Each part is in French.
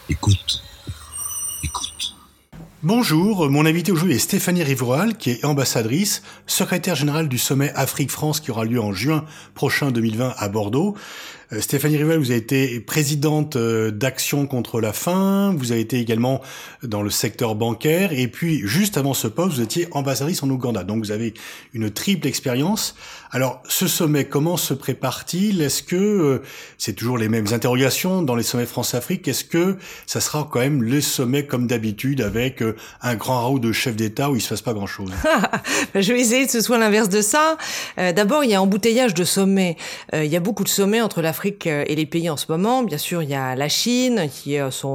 Écoute. Écoute. Bonjour, mon invité aujourd'hui est Stéphanie Rivoal, qui est ambassadrice, secrétaire générale du sommet Afrique-France qui aura lieu en juin prochain 2020 à Bordeaux. Stéphanie Rivoal, vous avez été présidente d'Action contre la faim, vous avez été également dans le secteur bancaire, et puis juste avant ce poste, vous étiez ambassadrice en Ouganda. Donc vous avez une triple expérience. Alors, ce sommet, comment se prépare-t-il? Est-ce que c'est toujours les mêmes interrogations dans les sommets France-Afrique? Est-ce que ça sera quand même le sommet comme d'habitude avec un grand raout de chefs d'État où il se passe pas grand-chose? Je vais essayer que ce soit l'inverse de ça. D'abord, il y a embouteillage de sommets. Il y a beaucoup de sommets entre l'Afrique et les pays en ce moment. Bien sûr, il y a la Chine qui est son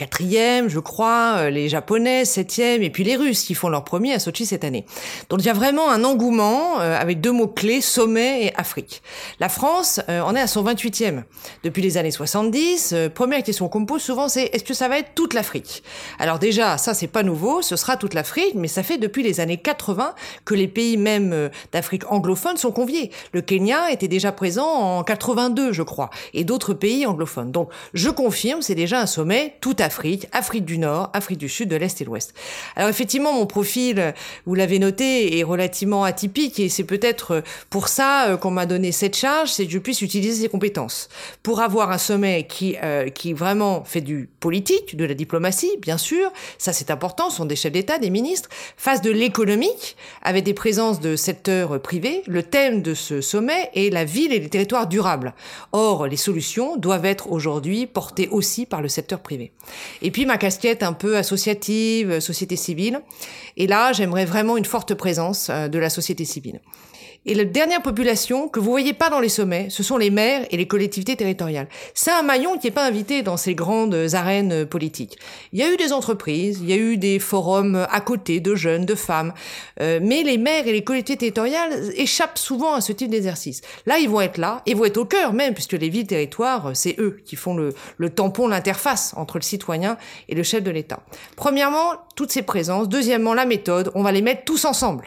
4e, je crois, les Japonais 7e, et puis les Russes qui font leur premier à Sochi cette année. Donc il y a vraiment un engouement avec deux mots-clés, sommet et Afrique. La France en est à son 28e. Depuis les années 70, première question qu'on me pose souvent, c'est est-ce que ça va être toute l'Afrique? Alors déjà, ça c'est pas nouveau, ce sera toute l'Afrique, mais ça fait depuis les années 80 que les pays même d'Afrique anglophone sont conviés. Le Kenya était déjà présent en 82, je crois, et d'autres pays anglophones. Donc je confirme, c'est déjà un sommet toute Afrique, Afrique du Nord, Afrique du Sud, de l'Est et de l'Ouest. Alors effectivement, mon profil, vous l'avez noté, est relativement atypique, et c'est peut-être pour ça qu'on m'a donné cette charge, c'est que je puisse utiliser ces compétences pour avoir un sommet qui vraiment fait du politique, de la diplomatie, bien sûr, ça c'est important, ce sont des chefs d'État, des ministres, fasse de l'économique, avec des présences de secteurs privés. Le thème de ce sommet est la ville et les territoires durables. Or, les solutions doivent être aujourd'hui portées aussi par le secteur privé. Et puis ma casquette un peu associative, société civile, et là j'aimerais vraiment une forte présence de la société civile. Et la dernière population que vous voyez pas dans les sommets, ce sont les maires et les collectivités territoriales. C'est un maillon qui est pas invité dans ces grandes arènes politiques. Il y a eu des entreprises, il y a eu des forums à côté de jeunes, de femmes, mais les maires et les collectivités territoriales échappent souvent à ce type d'exercice. Là, ils vont être là, et vont être au cœur même, puisque les villes territoires, c'est eux qui font le tampon, l'interface entre le citoyen et le chef de l'État. Premièrement, toutes ces présences. Deuxièmement, la méthode, on va les mettre tous ensemble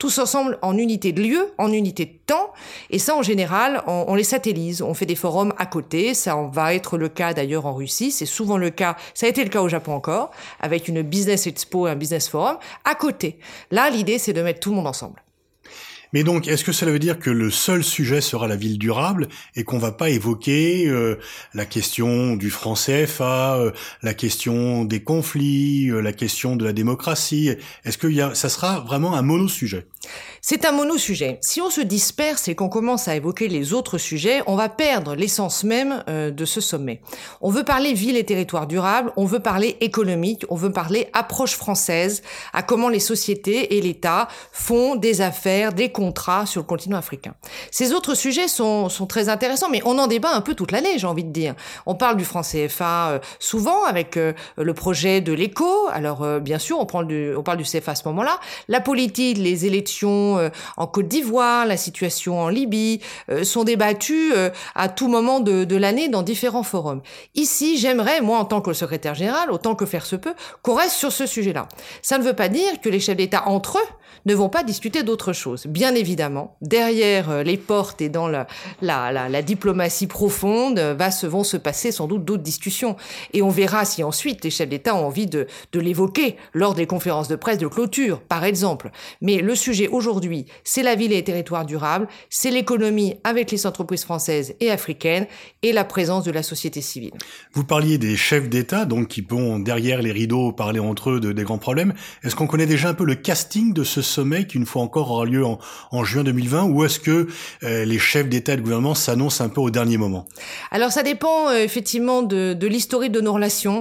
en unité de lieu, en unité de temps, et ça en général, on les satellise, on fait des forums à côté, ça va être le cas d'ailleurs en Russie, c'est souvent le cas, ça a été le cas au Japon encore, avec une business expo et un business forum, à côté. Là, l'idée c'est de mettre tout le monde ensemble. Mais donc, est-ce que cela veut dire que le seul sujet sera la ville durable et qu'on va pas évoquer la question du franc CFA, la question des conflits, la question de la démocratie? Est-ce que ça sera vraiment un mono-sujet? C'est un mono-sujet. Si on se disperse et qu'on commence à évoquer les autres sujets, on va perdre l'essence même de ce sommet. On veut parler ville et territoire durable, on veut parler économique, on veut parler approche française à comment les sociétés et l'État font des affaires, des contrats sur le continent africain. Ces autres sujets sont très intéressants, mais on en débat un peu toute l'année, j'ai envie de dire. On parle du franc CFA souvent avec le projet de l'éco. Alors bien sûr, on parle du CFA à ce moment-là. La politique, les élections en Côte d'Ivoire, la situation en Libye, sont débattues à tout moment de l'année dans différents forums. Ici, j'aimerais, moi en tant que secrétaire général, autant que faire se peut, qu'on reste sur ce sujet-là. Ça ne veut pas dire que les chefs d'État entre eux ne vont pas discuter d'autres choses. Bien évidemment, derrière les portes et dans la diplomatie profonde, vont se passer sans doute d'autres discussions. Et on verra si ensuite les chefs d'État ont envie de l'évoquer lors des conférences de presse de clôture, par exemple. Mais le sujet aujourd'hui, c'est la ville et les territoires durables, c'est l'économie avec les entreprises françaises et africaines et la présence de la société civile. Vous parliez des chefs d'État, donc qui vont derrière les rideaux parler entre eux des grands problèmes. Est-ce qu'on connaît déjà un peu le casting de ce sommet qui une fois encore aura lieu en juin 2020, ou est-ce que les chefs d'État et de gouvernement s'annoncent un peu au dernier moment? Alors ça dépend effectivement de l'historique de nos relations.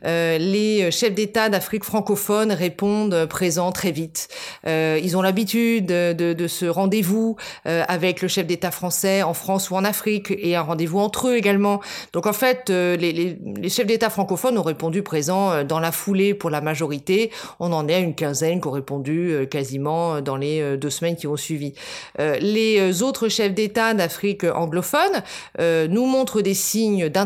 Les chefs d'État d'Afrique francophone répondent présents très vite. Ils ont l'habitude de ce rendez-vous avec le chef d'État français en France ou en Afrique, et un rendez-vous entre eux également. Donc en fait, les chefs d'État francophones ont répondu présents dans la foulée pour la majorité. On en est à une quinzaine qui ont répondu quasiment dans les 2 semaines qui ont suivi. Les autres chefs d'État d'Afrique anglophone nous montrent des signes d'intérêt.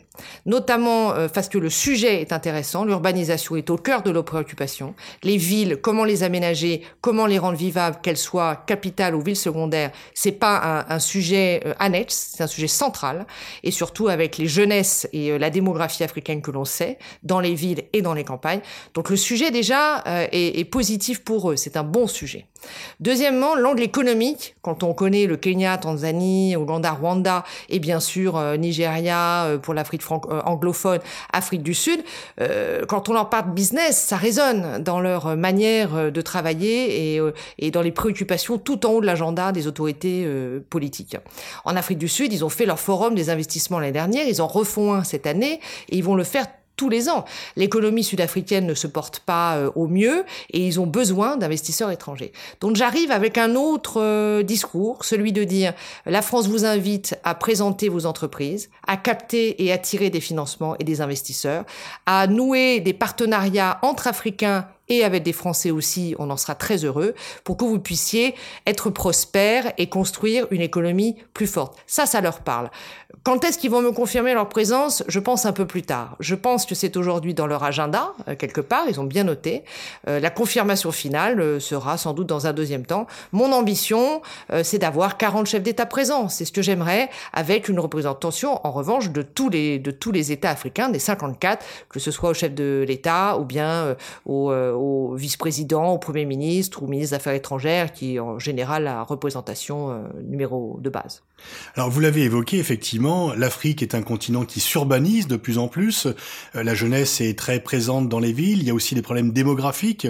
Notamment parce que le sujet est intéressant, l'urbanisation est au cœur de nos préoccupations. Les villes, comment les aménager, comment les rendre vivables, qu'elles soient capitales ou villes secondaires, c'est pas un sujet annexe, c'est un sujet central. Et surtout avec les jeunesses et la démographie africaine que l'on sait, dans les villes et dans les campagnes. Donc le sujet déjà est positif pour eux, c'est un bon sujet. Deuxièmement, l'angle économique, quand on connaît le Kenya, Tanzanie, Ouganda, Rwanda et bien sûr Nigeria pour l'Afrique anglophone, Afrique du Sud, quand on leur parle de business, ça résonne dans leur manière de travailler et dans les préoccupations tout en haut de l'agenda des autorités politiques. En Afrique du Sud, ils ont fait leur forum des investissements l'année dernière, ils en refont un cette année et ils vont le faire tous les ans. L'économie sud-africaine ne se porte pas au mieux et ils ont besoin d'investisseurs étrangers. Donc j'arrive avec un autre discours, celui de dire la France vous invite à présenter vos entreprises, à capter et attirer des financements et des investisseurs, à nouer des partenariats entre Africains et avec des Français aussi, on en sera très heureux, pour que vous puissiez être prospères et construire une économie plus forte. Ça leur parle. Quand est-ce qu'ils vont me confirmer leur présence ? Je pense un peu plus tard. Je pense que c'est aujourd'hui dans leur agenda, quelque part, ils ont bien noté. La confirmation finale sera sans doute dans un deuxième temps. Mon ambition, c'est d'avoir 40 chefs d'État présents. C'est ce que j'aimerais, avec une représentation, en revanche, de tous les États africains, des 54, que ce soit au chef de l'État ou bien au vice-président, au Premier ministre ou au ministre des Affaires étrangères, qui est en général la représentation numéro de base. Alors vous l'avez évoqué, effectivement, l'Afrique est un continent qui s'urbanise de plus en plus. La jeunesse est très présente dans les villes. Il y a aussi des problèmes démographiques,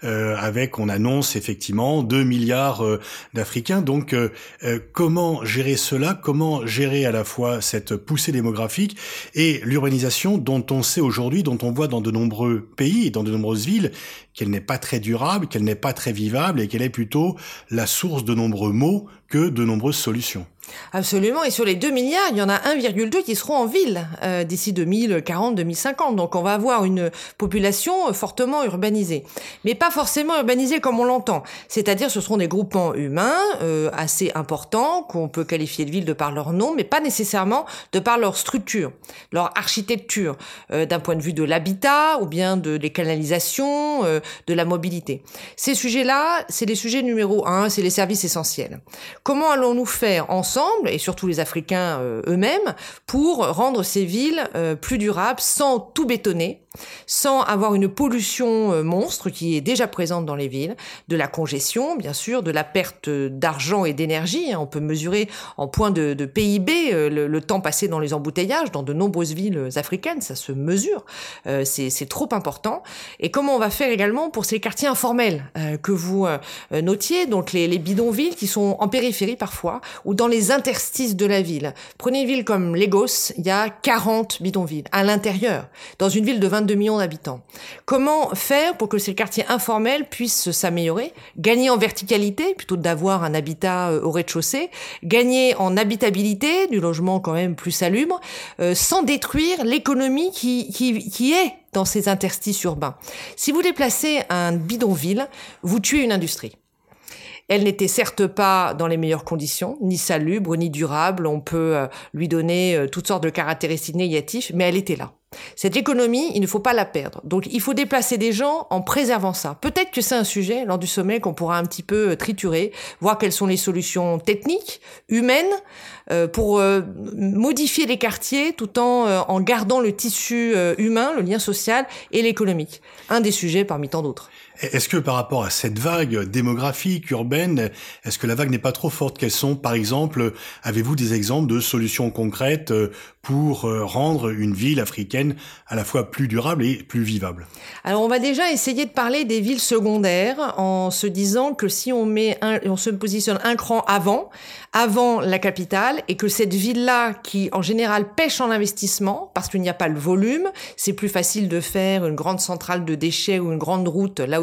on annonce effectivement 2 milliards d'Africains. Donc comment gérer cela ? Comment gérer à la fois cette poussée démographique et l'urbanisation dont on sait aujourd'hui, dont on voit dans de nombreux pays et dans de nombreuses villes, qu'elle n'est pas très durable, qu'elle n'est pas très vivable et qu'elle est plutôt la source de nombreux maux que de nombreuses solutions. Absolument. Et sur les 2 milliards, il y en a 1,2 qui seront en ville d'ici 2040-2050. Donc on va avoir une population fortement urbanisée. Mais pas forcément urbanisée comme on l'entend. C'est-à-dire ce seront des groupements humains assez importants qu'on peut qualifier de villes de par leur nom, mais pas nécessairement de par leur structure, leur architecture, d'un point de vue de l'habitat ou bien des canalisations, de la mobilité. Ces sujets-là, c'est les sujets numéro 1, c'est les services essentiels. Comment allons-nous faire ensemble, et surtout les Africains eux-mêmes, pour rendre ces villes plus durables sans tout bétonner, sans avoir une pollution monstre qui est déjà présente dans les villes, de la congestion, bien sûr, de la perte d'argent et d'énergie. On peut mesurer en point de PIB le temps passé dans les embouteillages dans de nombreuses villes africaines, ça se mesure, c'est trop important. Et comment on va faire également pour ces quartiers informels que vous notiez, donc les bidonvilles qui sont en périphérie parfois, ou dans les interstices de la ville. Prenez une ville comme Lagos, il y a 40 bidonvilles à l'intérieur, dans une ville de 22 millions d'habitants. Comment faire pour que ces quartiers informels puissent s'améliorer, gagner en verticalité plutôt que d'avoir un habitat au rez-de-chaussée, gagner en habitabilité, du logement quand même plus salubre, sans détruire l'économie qui est dans ces interstices urbains. Si vous déplacez un bidonville, vous tuez une industrie. Elle n'était certes pas dans les meilleures conditions, ni salubre, ni durable. On peut lui donner toutes sortes de caractéristiques négatives, mais elle était là. Cette économie, il ne faut pas la perdre. Donc, il faut déplacer des gens en préservant ça. Peut-être que c'est un sujet, lors du sommet, qu'on pourra un petit peu triturer, voir quelles sont les solutions techniques, humaines, pour modifier les quartiers tout en gardant le tissu humain, le lien social et l'économique. Un des sujets parmi tant d'autres. Est-ce que par rapport à cette vague démographique, urbaine, est-ce que la vague n'est pas trop forte ? Quels sont, par exemple, avez-vous des exemples de solutions concrètes pour rendre une ville africaine à la fois plus durable et plus vivable ? Alors on va déjà essayer de parler des villes secondaires en se disant que si on se positionne un cran avant la capitale, et que cette ville-là, qui en général pêche en investissement, parce qu'il n'y a pas le volume, c'est plus facile de faire une grande centrale de déchets ou une grande route là où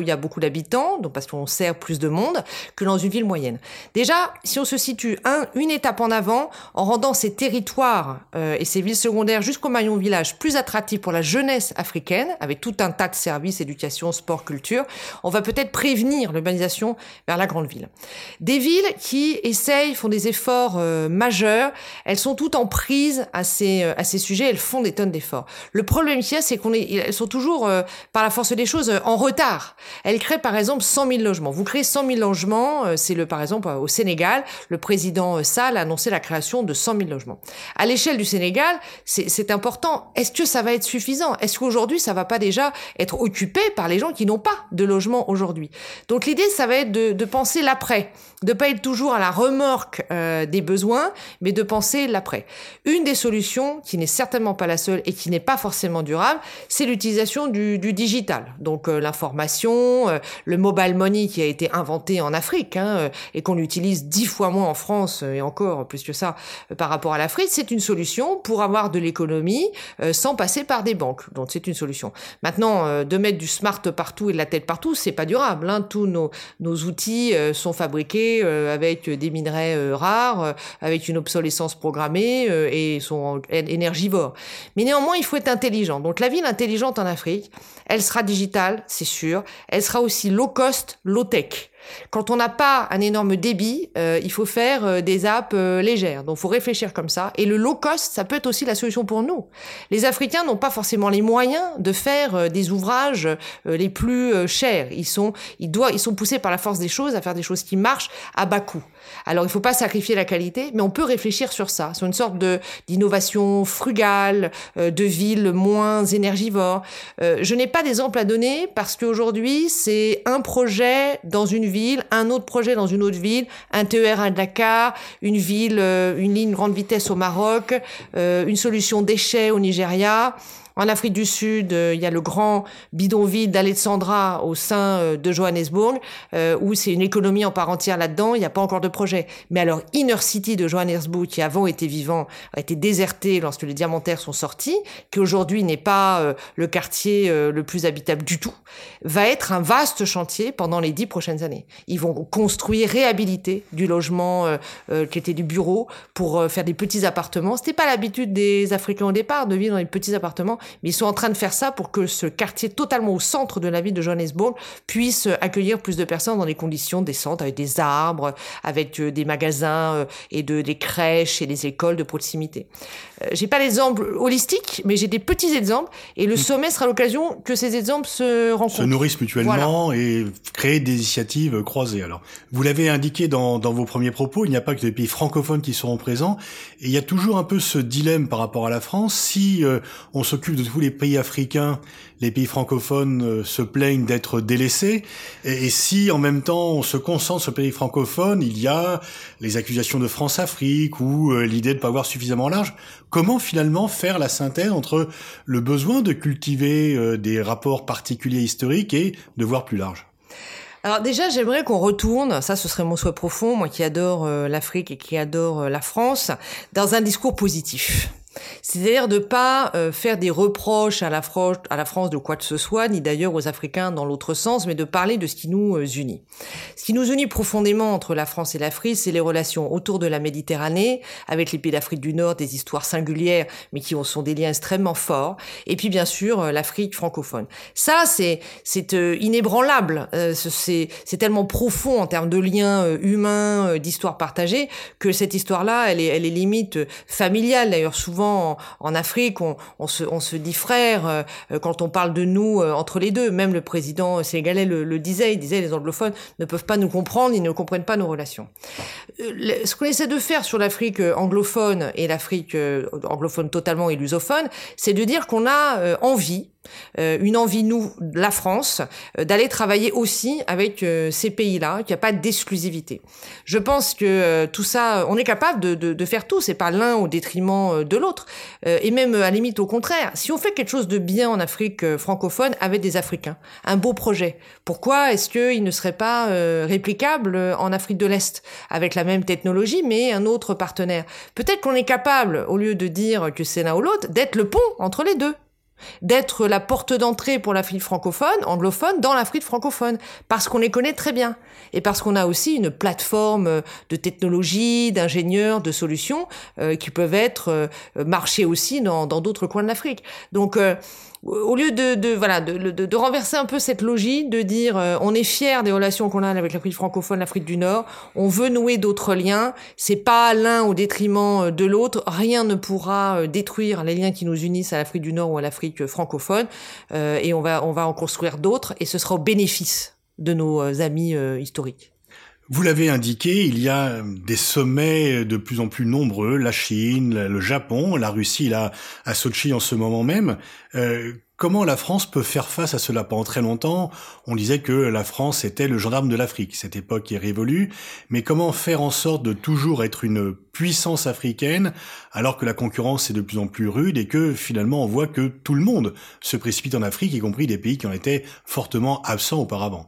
il y a beaucoup d'habitants, donc parce qu'on sert plus de monde, que dans une ville moyenne. Déjà, si on se situe une étape en avant, en rendant ces territoires et ces villes secondaires jusqu'au maillon village plus attractifs pour la jeunesse africaine, avec tout un tas de services, éducation, sport, culture, on va peut-être prévenir l'urbanisation vers la grande ville. Des villes qui font des efforts majeurs, elles sont toutes en prise à ces sujets, elles font des tonnes d'efforts. Le problème qu'il y a, c'est elles sont toujours, par la force des choses, en retard. Elles créent par exemple 100 000 logements. Vous créez 100 000 logements, par exemple au Sénégal, le président Sall a annoncé la création de 100 000 logements. À l'échelle du Sénégal, c'est important. Est-ce que ça va être suffisant? Est-ce qu'aujourd'hui, ça va pas déjà être occupé par les gens qui n'ont pas de logement aujourd'hui? Donc l'idée, ça va être de penser l'après, de pas être toujours à la remorque des besoins, mais de penser l'après. Une des solutions, qui n'est certainement pas la seule et qui n'est pas forcément durable, c'est l'utilisation du digital. Donc l'information, le mobile money qui a été inventé en Afrique et qu'on utilise 10 fois moins en France et encore plus que ça par rapport à l'Afrique, c'est une solution pour avoir de l'économie sans passer par des banques. Donc c'est une solution. Maintenant, de mettre du smart partout et de la tête partout, c'est pas durable. Tous nos outils sont fabriqués avec des minerais rares, avec une obsolescence programmée et sont énergivores. Mais néanmoins, il faut être intelligent. Donc la ville intelligente en Afrique, elle sera digitale, c'est sûr. Elle sera aussi low cost, low tech. Quand on n'a pas un énorme débit, il faut faire des apps légères. Donc, il faut réfléchir comme ça. Et le low cost, ça peut être aussi la solution pour nous. Les Africains n'ont pas forcément les moyens de faire des ouvrages les plus chers. Ils sont poussés par la force des choses à faire des choses qui marchent à bas coût. Alors, il ne faut pas sacrifier la qualité, mais on peut réfléchir sur ça, sur une sorte d'innovation frugale, de villes moins énergivores. Je n'ai pas d'exemple à donner parce qu'aujourd'hui, c'est un projet dans une ville, un autre projet dans une autre ville, un TER à Dakar, une ligne grande vitesse au Maroc, une solution déchets au Nigeria. En Afrique du Sud, il y a le grand bidonville d'Alexandra au sein de Johannesburg, où c'est une économie en part entière là-dedans. Il n'y a pas encore de projet. Mais alors, Inner City de Johannesburg, qui avant était vivant, a été déserté lorsque les diamantaires sont sortis, qui aujourd'hui n'est pas le quartier le plus habitable du tout, va être un vaste chantier pendant les 10 prochaines années. Ils vont construire, réhabiliter du logement qui était du bureau pour faire des petits appartements. C'était pas l'habitude des Africains au départ de vivre dans des petits appartements. Mais ils sont en train de faire ça pour que ce quartier totalement au centre de la ville de Johannesburg puisse accueillir plus de personnes dans des conditions décentes, avec des arbres, avec des magasins et des crèches et des écoles de proximité. J'ai pas l'exemple holistique, mais j'ai des petits exemples et le sommet sera l'occasion que ces exemples se rencontrent. Se nourrissent mutuellement, voilà. Et créer des initiatives croisées. Alors, vous l'avez indiqué dans vos premiers propos, il n'y a pas que les pays francophones qui seront présents. Et il y a toujours un peu ce dilemme par rapport à la France. Si on s'occupe de tous les pays africains, les pays francophones se plaignent d'être délaissés. Et si en même temps on se concentre sur les pays francophones, il y a les accusations de France-Afrique ou l'idée de ne pas voir suffisamment large. Comment finalement faire la synthèse entre le besoin de cultiver des rapports particuliers historiques et de voir plus large? Alors déjà, j'aimerais qu'on retourne, ça ce serait mon souhait profond, moi qui adore l'Afrique et qui adore la France, dans un discours positif. C'est-à-dire de pas faire des reproches à la France de quoi que ce soit, ni d'ailleurs aux Africains dans l'autre sens, mais de parler de ce qui nous unit. Ce qui nous unit profondément entre la France et l'Afrique, c'est les relations autour de la Méditerranée, avec les pays d'Afrique du Nord, des histoires singulières, mais qui sont des liens extrêmement forts, et puis bien sûr l'Afrique francophone. Ça, c'est inébranlable, c'est tellement profond en termes de liens humains, d'histoires partagées, que cette histoire-là, elle est limite familiale. D'ailleurs, souvent en Afrique, on se dit frères quand on parle de nous entre les deux. Même le président sénégalais le disait, il disait les anglophones ne peuvent pas nous comprendre, ils ne comprennent pas nos relations. Ce qu'on essaie de faire sur l'Afrique anglophone et l'Afrique anglophone totalement et lusophone, c'est de dire qu'on a envie, une envie, nous, la France, d'aller travailler aussi avec ces pays-là, qu'il n'y a pas d'exclusivité. Je pense que tout ça, on est capable de faire tout, c'est pas l'un au détriment de l'autre, et même à la limite au contraire. Si on fait quelque chose de bien en Afrique francophone avec des Africains, un beau projet, pourquoi est-ce qu'il ne serait pas réplicable en Afrique de l'Est, avec la même technologie, mais un autre partenaire? Peut-être qu'on est capable, au lieu de dire que c'est l'un ou l'autre, d'être le pont entre les deux. d'être la porte d'entrée pour l'Afrique francophone, anglophone, dans l'Afrique francophone, parce qu'on les connaît très bien, et parce qu'on a aussi une plateforme de technologie, d'ingénieurs, de solutions qui peuvent être marchées aussi dans d'autres coins de l'Afrique. Donc au lieu de renverser un peu cette logique, de dire on est fier des relations qu'on a avec l'Afrique francophone, l'Afrique du Nord, on veut nouer d'autres liens, c'est pas l'un au détriment de l'autre, rien ne pourra détruire les liens qui nous unissent à l'Afrique du Nord ou à l'Afrique francophone, et on va en construire d'autres, et ce sera au bénéfice de nos amis historiques. Vous l'avez indiqué, il y a des sommets de plus en plus nombreux, la Chine, le Japon, la Russie, là, à Sotchi en ce moment même. Comment la France peut faire face à cela? Pendant très longtemps, on disait que la France était le gendarme de l'Afrique. Cette époque est révolue. Mais comment faire en sorte de toujours être une puissance africaine alors que la concurrence est de plus en plus rude et que finalement on voit que tout le monde se précipite en Afrique, y compris des pays qui en étaient fortement absents auparavant?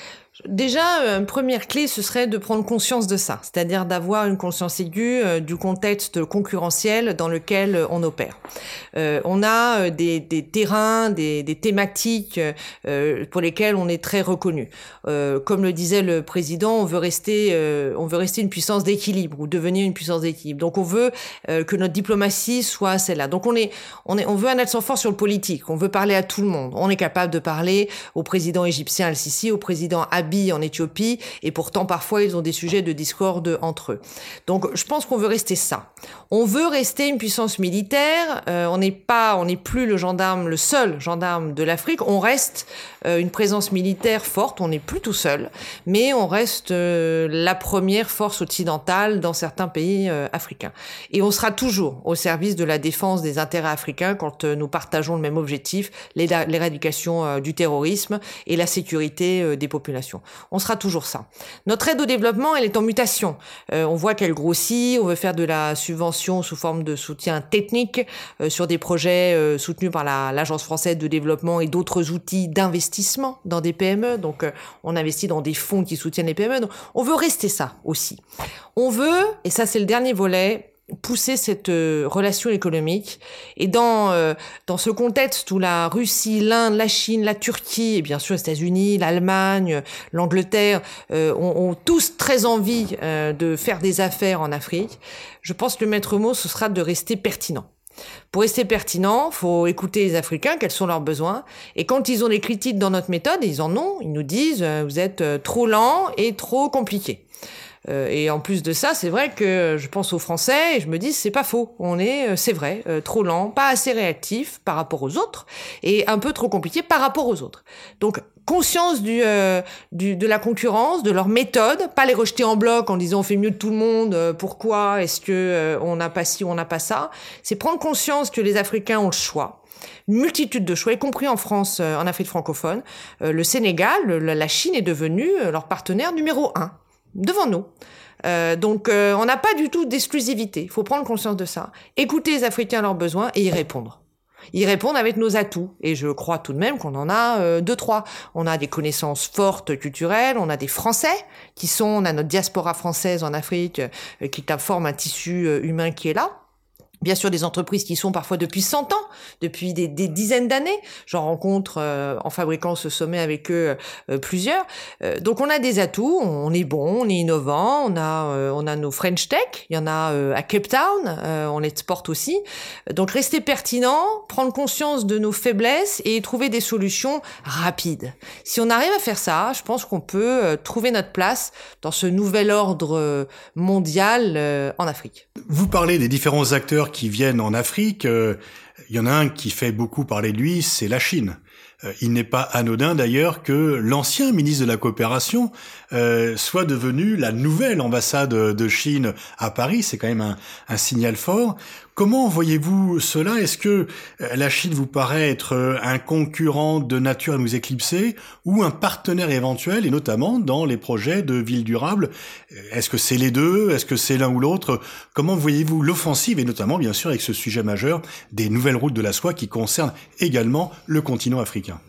Déjà, une première clé, ce serait de prendre conscience de ça, c'est-à-dire d'avoir une conscience aiguë du contexte concurrentiel dans lequel on opère. On a des terrains, des thématiques pour lesquelles on est très reconnu. Comme le disait le président, on veut rester une puissance d'équilibre ou devenir une puissance d'équilibre. Donc on veut que notre diplomatie soit celle-là. Donc on veut un accent fort sur le politique. On veut parler à tout le monde. On est capable de parler au président égyptien Al-Sisi, au président Abiy en Éthiopie, et pourtant parfois ils ont des sujets de discorde entre eux. Donc je pense qu'on veut rester ça. On veut rester une puissance militaire. On n'est plus le seul gendarme de l'Afrique. On reste une présence militaire forte. On n'est plus tout seul, mais on reste la première force occidentale dans certains pays africains. Et on sera toujours au service de la défense des intérêts africains quand nous partageons le même objectif, l'éradication du terrorisme et la sécurité des populations. On sera toujours ça. Notre aide au développement, elle est en mutation. On voit qu'elle grossit. On veut faire de la subvention sous forme de soutien technique sur des projets soutenus par l'Agence française de développement et d'autres outils d'investissement dans des PME. Donc, on investit dans des fonds qui soutiennent les PME. Donc, on veut rester ça aussi. On veut, et ça c'est le dernier volet, pousser cette relation économique. Et dans ce contexte où la Russie, l'Inde, la Chine, la Turquie et bien sûr les États-Unis, l'Allemagne, l'Angleterre ont tous très envie de faire des affaires en Afrique, je pense que le maître mot ce sera de rester pertinent. Pour rester pertinent, faut écouter les Africains, quels sont leurs besoins. Et quand ils ont des critiques dans notre méthode, ils en ont, ils nous disent vous êtes trop lent et trop compliqué. Et en plus de ça, c'est vrai que je pense aux Français et je me dis c'est pas faux. C'est vrai, trop lent, pas assez réactif par rapport aux autres et un peu trop compliqué par rapport aux autres. Donc conscience de la concurrence, de leur méthode, pas les rejeter en bloc en disant on fait mieux que tout le monde. Pourquoi est-ce que on n'a pas ci ou on n'a pas ça? C'est prendre conscience que les Africains ont le choix. Une multitude de choix, y compris en France, en Afrique francophone. Le Sénégal, la Chine est devenue leur partenaire numéro 1. Devant nous. Donc on n'a pas du tout d'exclusivité. Il faut prendre conscience de ça. Écouter les Africains leurs besoins et y répondre. Y répondre avec nos atouts. Et je crois tout de même qu'on en a 2-3. On a des connaissances fortes culturelles, on a des Français on a notre diaspora française en Afrique qui forme un tissu humain qui est là. Bien sûr, des entreprises qui sont parfois depuis 100 ans, depuis des dizaines d'années. J'en rencontre en fabriquant ce sommet avec eux plusieurs. Donc on a des atouts, on est bon, on est innovant, on a nos French Tech, il y en a à Cape Town, on exporte aussi. Donc rester pertinent, prendre conscience de nos faiblesses et trouver des solutions rapides. Si on arrive à faire ça, je pense qu'on peut trouver notre place dans ce nouvel ordre mondial en Afrique. Vous parlez des différents acteurs qui viennent en Afrique. Il y en a un qui fait beaucoup parler de lui, c'est la Chine. Il n'est pas anodin d'ailleurs que l'ancien ministre de la Coopération soit devenu la nouvelle ambassade de Chine à Paris. C'est quand même un signal fort. Comment voyez-vous cela? Est-ce que la Chine vous paraît être un concurrent de nature à nous éclipser ou un partenaire éventuel, et notamment dans les projets de ville durable? Est-ce que c'est les deux? Est-ce que c'est l'un ou l'autre? Comment voyez-vous l'offensive, et notamment bien sûr avec ce sujet majeur des nouvelles routes de la soie qui concernent également le continent africain?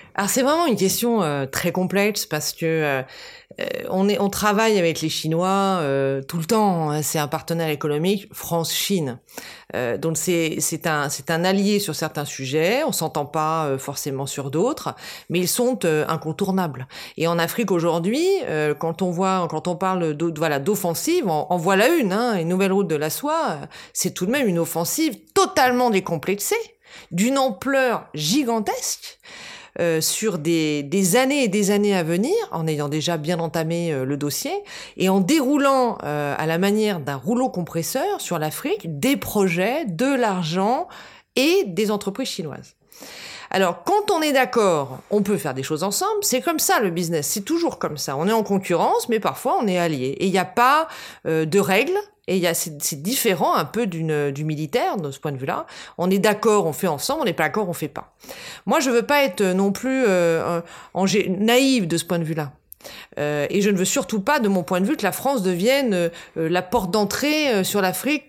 Alors c'est vraiment une question très complexe parce que on travaille avec les Chinois tout le temps, hein, c'est un partenaire économique France-Chine. Donc c'est un allié sur certains sujets, on s'entend pas forcément sur d'autres, mais ils sont incontournables. Et en Afrique aujourd'hui, quand on parle d'offensive, en voilà une nouvelle route de la soie, c'est tout de même une offensive totalement décomplexée, d'une ampleur gigantesque. Sur des années et des années à venir, en ayant déjà bien entamé le dossier, et en déroulant à la manière d'un rouleau compresseur sur l'Afrique des projets, de l'argent et des entreprises chinoises. Alors, quand on est d'accord, on peut faire des choses ensemble. C'est comme ça, le business. C'est toujours comme ça. On est en concurrence, mais parfois on est alliés. Et il n'y a pas de règles. Et c'est différent un peu du militaire, de ce point de vue-là. On est d'accord, on fait ensemble. On n'est pas d'accord, on fait pas. Moi, je veux pas être non plus naïve de ce point de vue-là. Et je ne veux surtout pas, de mon point de vue, que la France devienne la porte d'entrée sur l'Afrique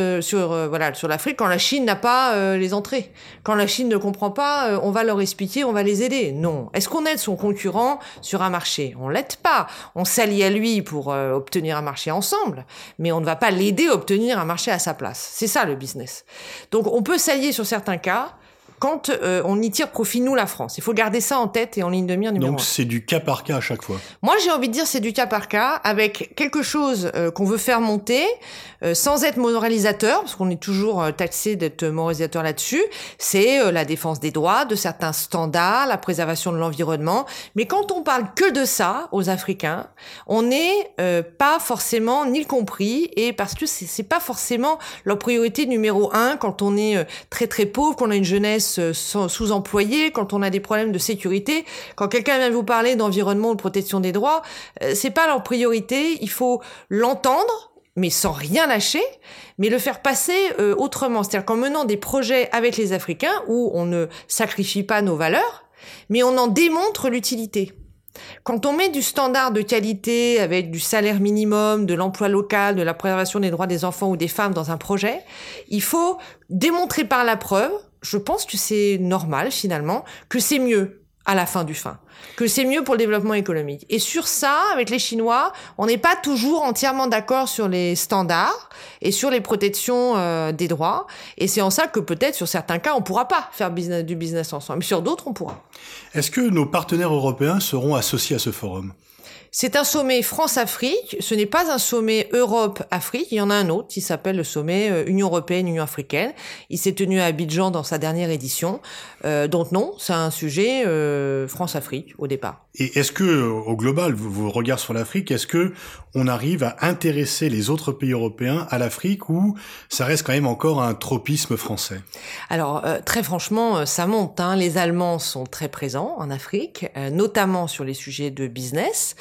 sur l'Afrique quand la Chine n'a pas les entrées. Quand la Chine ne comprend pas, on va leur expliquer, on va les aider. Non. Est-ce qu'on aide son concurrent sur un marché? On l'aide pas. On s'allie à lui pour obtenir un marché ensemble, mais on ne va pas l'aider à obtenir un marché à sa place. C'est ça le business. Donc on peut s'allier sur certains cas quand on y tire profit, nous, la France. Il faut garder ça en tête et en ligne de mire numéro 1. Donc c'est du cas par cas à chaque fois. Moi, j'ai envie de dire c'est du cas par cas, avec quelque chose qu'on veut faire monter, sans être moralisateur, parce qu'on est toujours taxé d'être moralisateur là-dessus. C'est la défense des droits, de certains standards, la préservation de l'environnement. Mais quand on parle que de ça aux Africains, on n'est pas forcément ni compris, et parce que c'est pas forcément leur priorité numéro 1 quand on est très très pauvre, qu'on a une jeunesse sous-employés, quand on a des problèmes de sécurité, quand quelqu'un vient vous parler d'environnement ou de protection des droits, c'est pas leur priorité. Il faut l'entendre, mais sans rien lâcher, mais le faire passer autrement. C'est-à-dire qu'en menant des projets avec les Africains où on ne sacrifie pas nos valeurs, mais on en démontre l'utilité. Quand on met du standard de qualité avec du salaire minimum, de l'emploi local, de la préservation des droits des enfants ou des femmes dans un projet, il faut démontrer par la preuve, je pense que c'est normal finalement, que c'est mieux à la fin du fin, que c'est mieux pour le développement économique. Et sur ça, avec les Chinois, on n'est pas toujours entièrement d'accord sur les standards et sur les protections des droits. Et c'est en ça que peut-être sur certains cas, on pourra pas faire du business ensemble. Mais sur d'autres, on pourra. Est-ce que nos partenaires européens seront associés à ce forum ? C'est un sommet France-Afrique, ce n'est pas un sommet Europe-Afrique, il y en a un autre qui s'appelle le sommet Union Européenne-Union Africaine. Il s'est tenu à Abidjan dans sa dernière édition. Donc non, c'est un sujet France-Afrique au départ. Et est-ce que, au global, vos regards sur l'Afrique, est-ce que on arrive à intéresser les autres pays européens à l'Afrique ou ça reste quand même encore un tropisme français ? Alors, très franchement, ça monte. Les Allemands sont très présents en Afrique, notamment sur les sujets de business.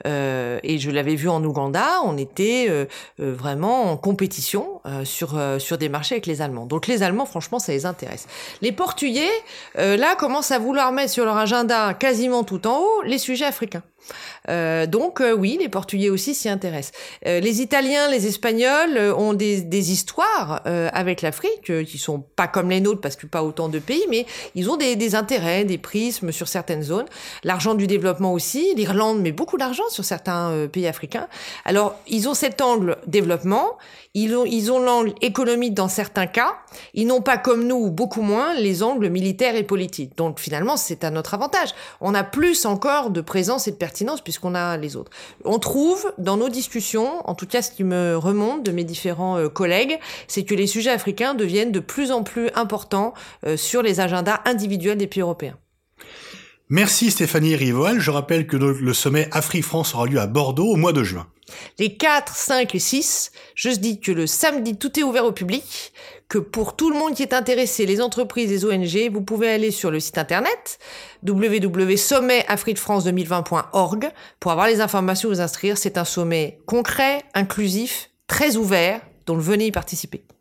Et je l'avais vu en Ouganda, on était vraiment en compétition sur des marchés avec les Allemands. Donc les Allemands, franchement, ça les intéresse. Les Portugais, là, commencent à vouloir mettre sur leur agenda quasiment tout en haut les sujets africains. Donc oui, les Portugais aussi s'y intéressent. Les Italiens, les Espagnols ont des histoires avec l'Afrique qui sont pas comme les nôtres parce que pas autant de pays, mais ils ont des intérêts, des prismes sur certaines zones. L'argent du développement aussi. L'Irlande met beaucoup d'argent sur certains pays africains. Alors ils ont cet angle développement. Ils ont l'angle économique dans certains cas. Ils n'ont pas comme nous, ou beaucoup moins, les angles militaires et politiques. Donc finalement, c'est à notre avantage. On a plus encore de présence et de pertinence puisqu'on a les autres. On trouve dans nos discussions, en tout cas ce qui me remonte de mes différents collègues, c'est que les sujets africains deviennent de plus en plus importants sur les agendas individuels des pays européens. Merci Stéphanie Rivoal. Je rappelle que le sommet Afrique-France aura lieu à Bordeaux au mois de juin. Les 4, 5 et 6, je dis que le samedi, tout est ouvert au public, que pour tout le monde qui est intéressé, les entreprises, les ONG, vous pouvez aller sur le site internet www.sommetafriquefrance2020.org pour avoir les informations, vous inscrire. C'est un sommet concret, inclusif, très ouvert, donc venez y participer.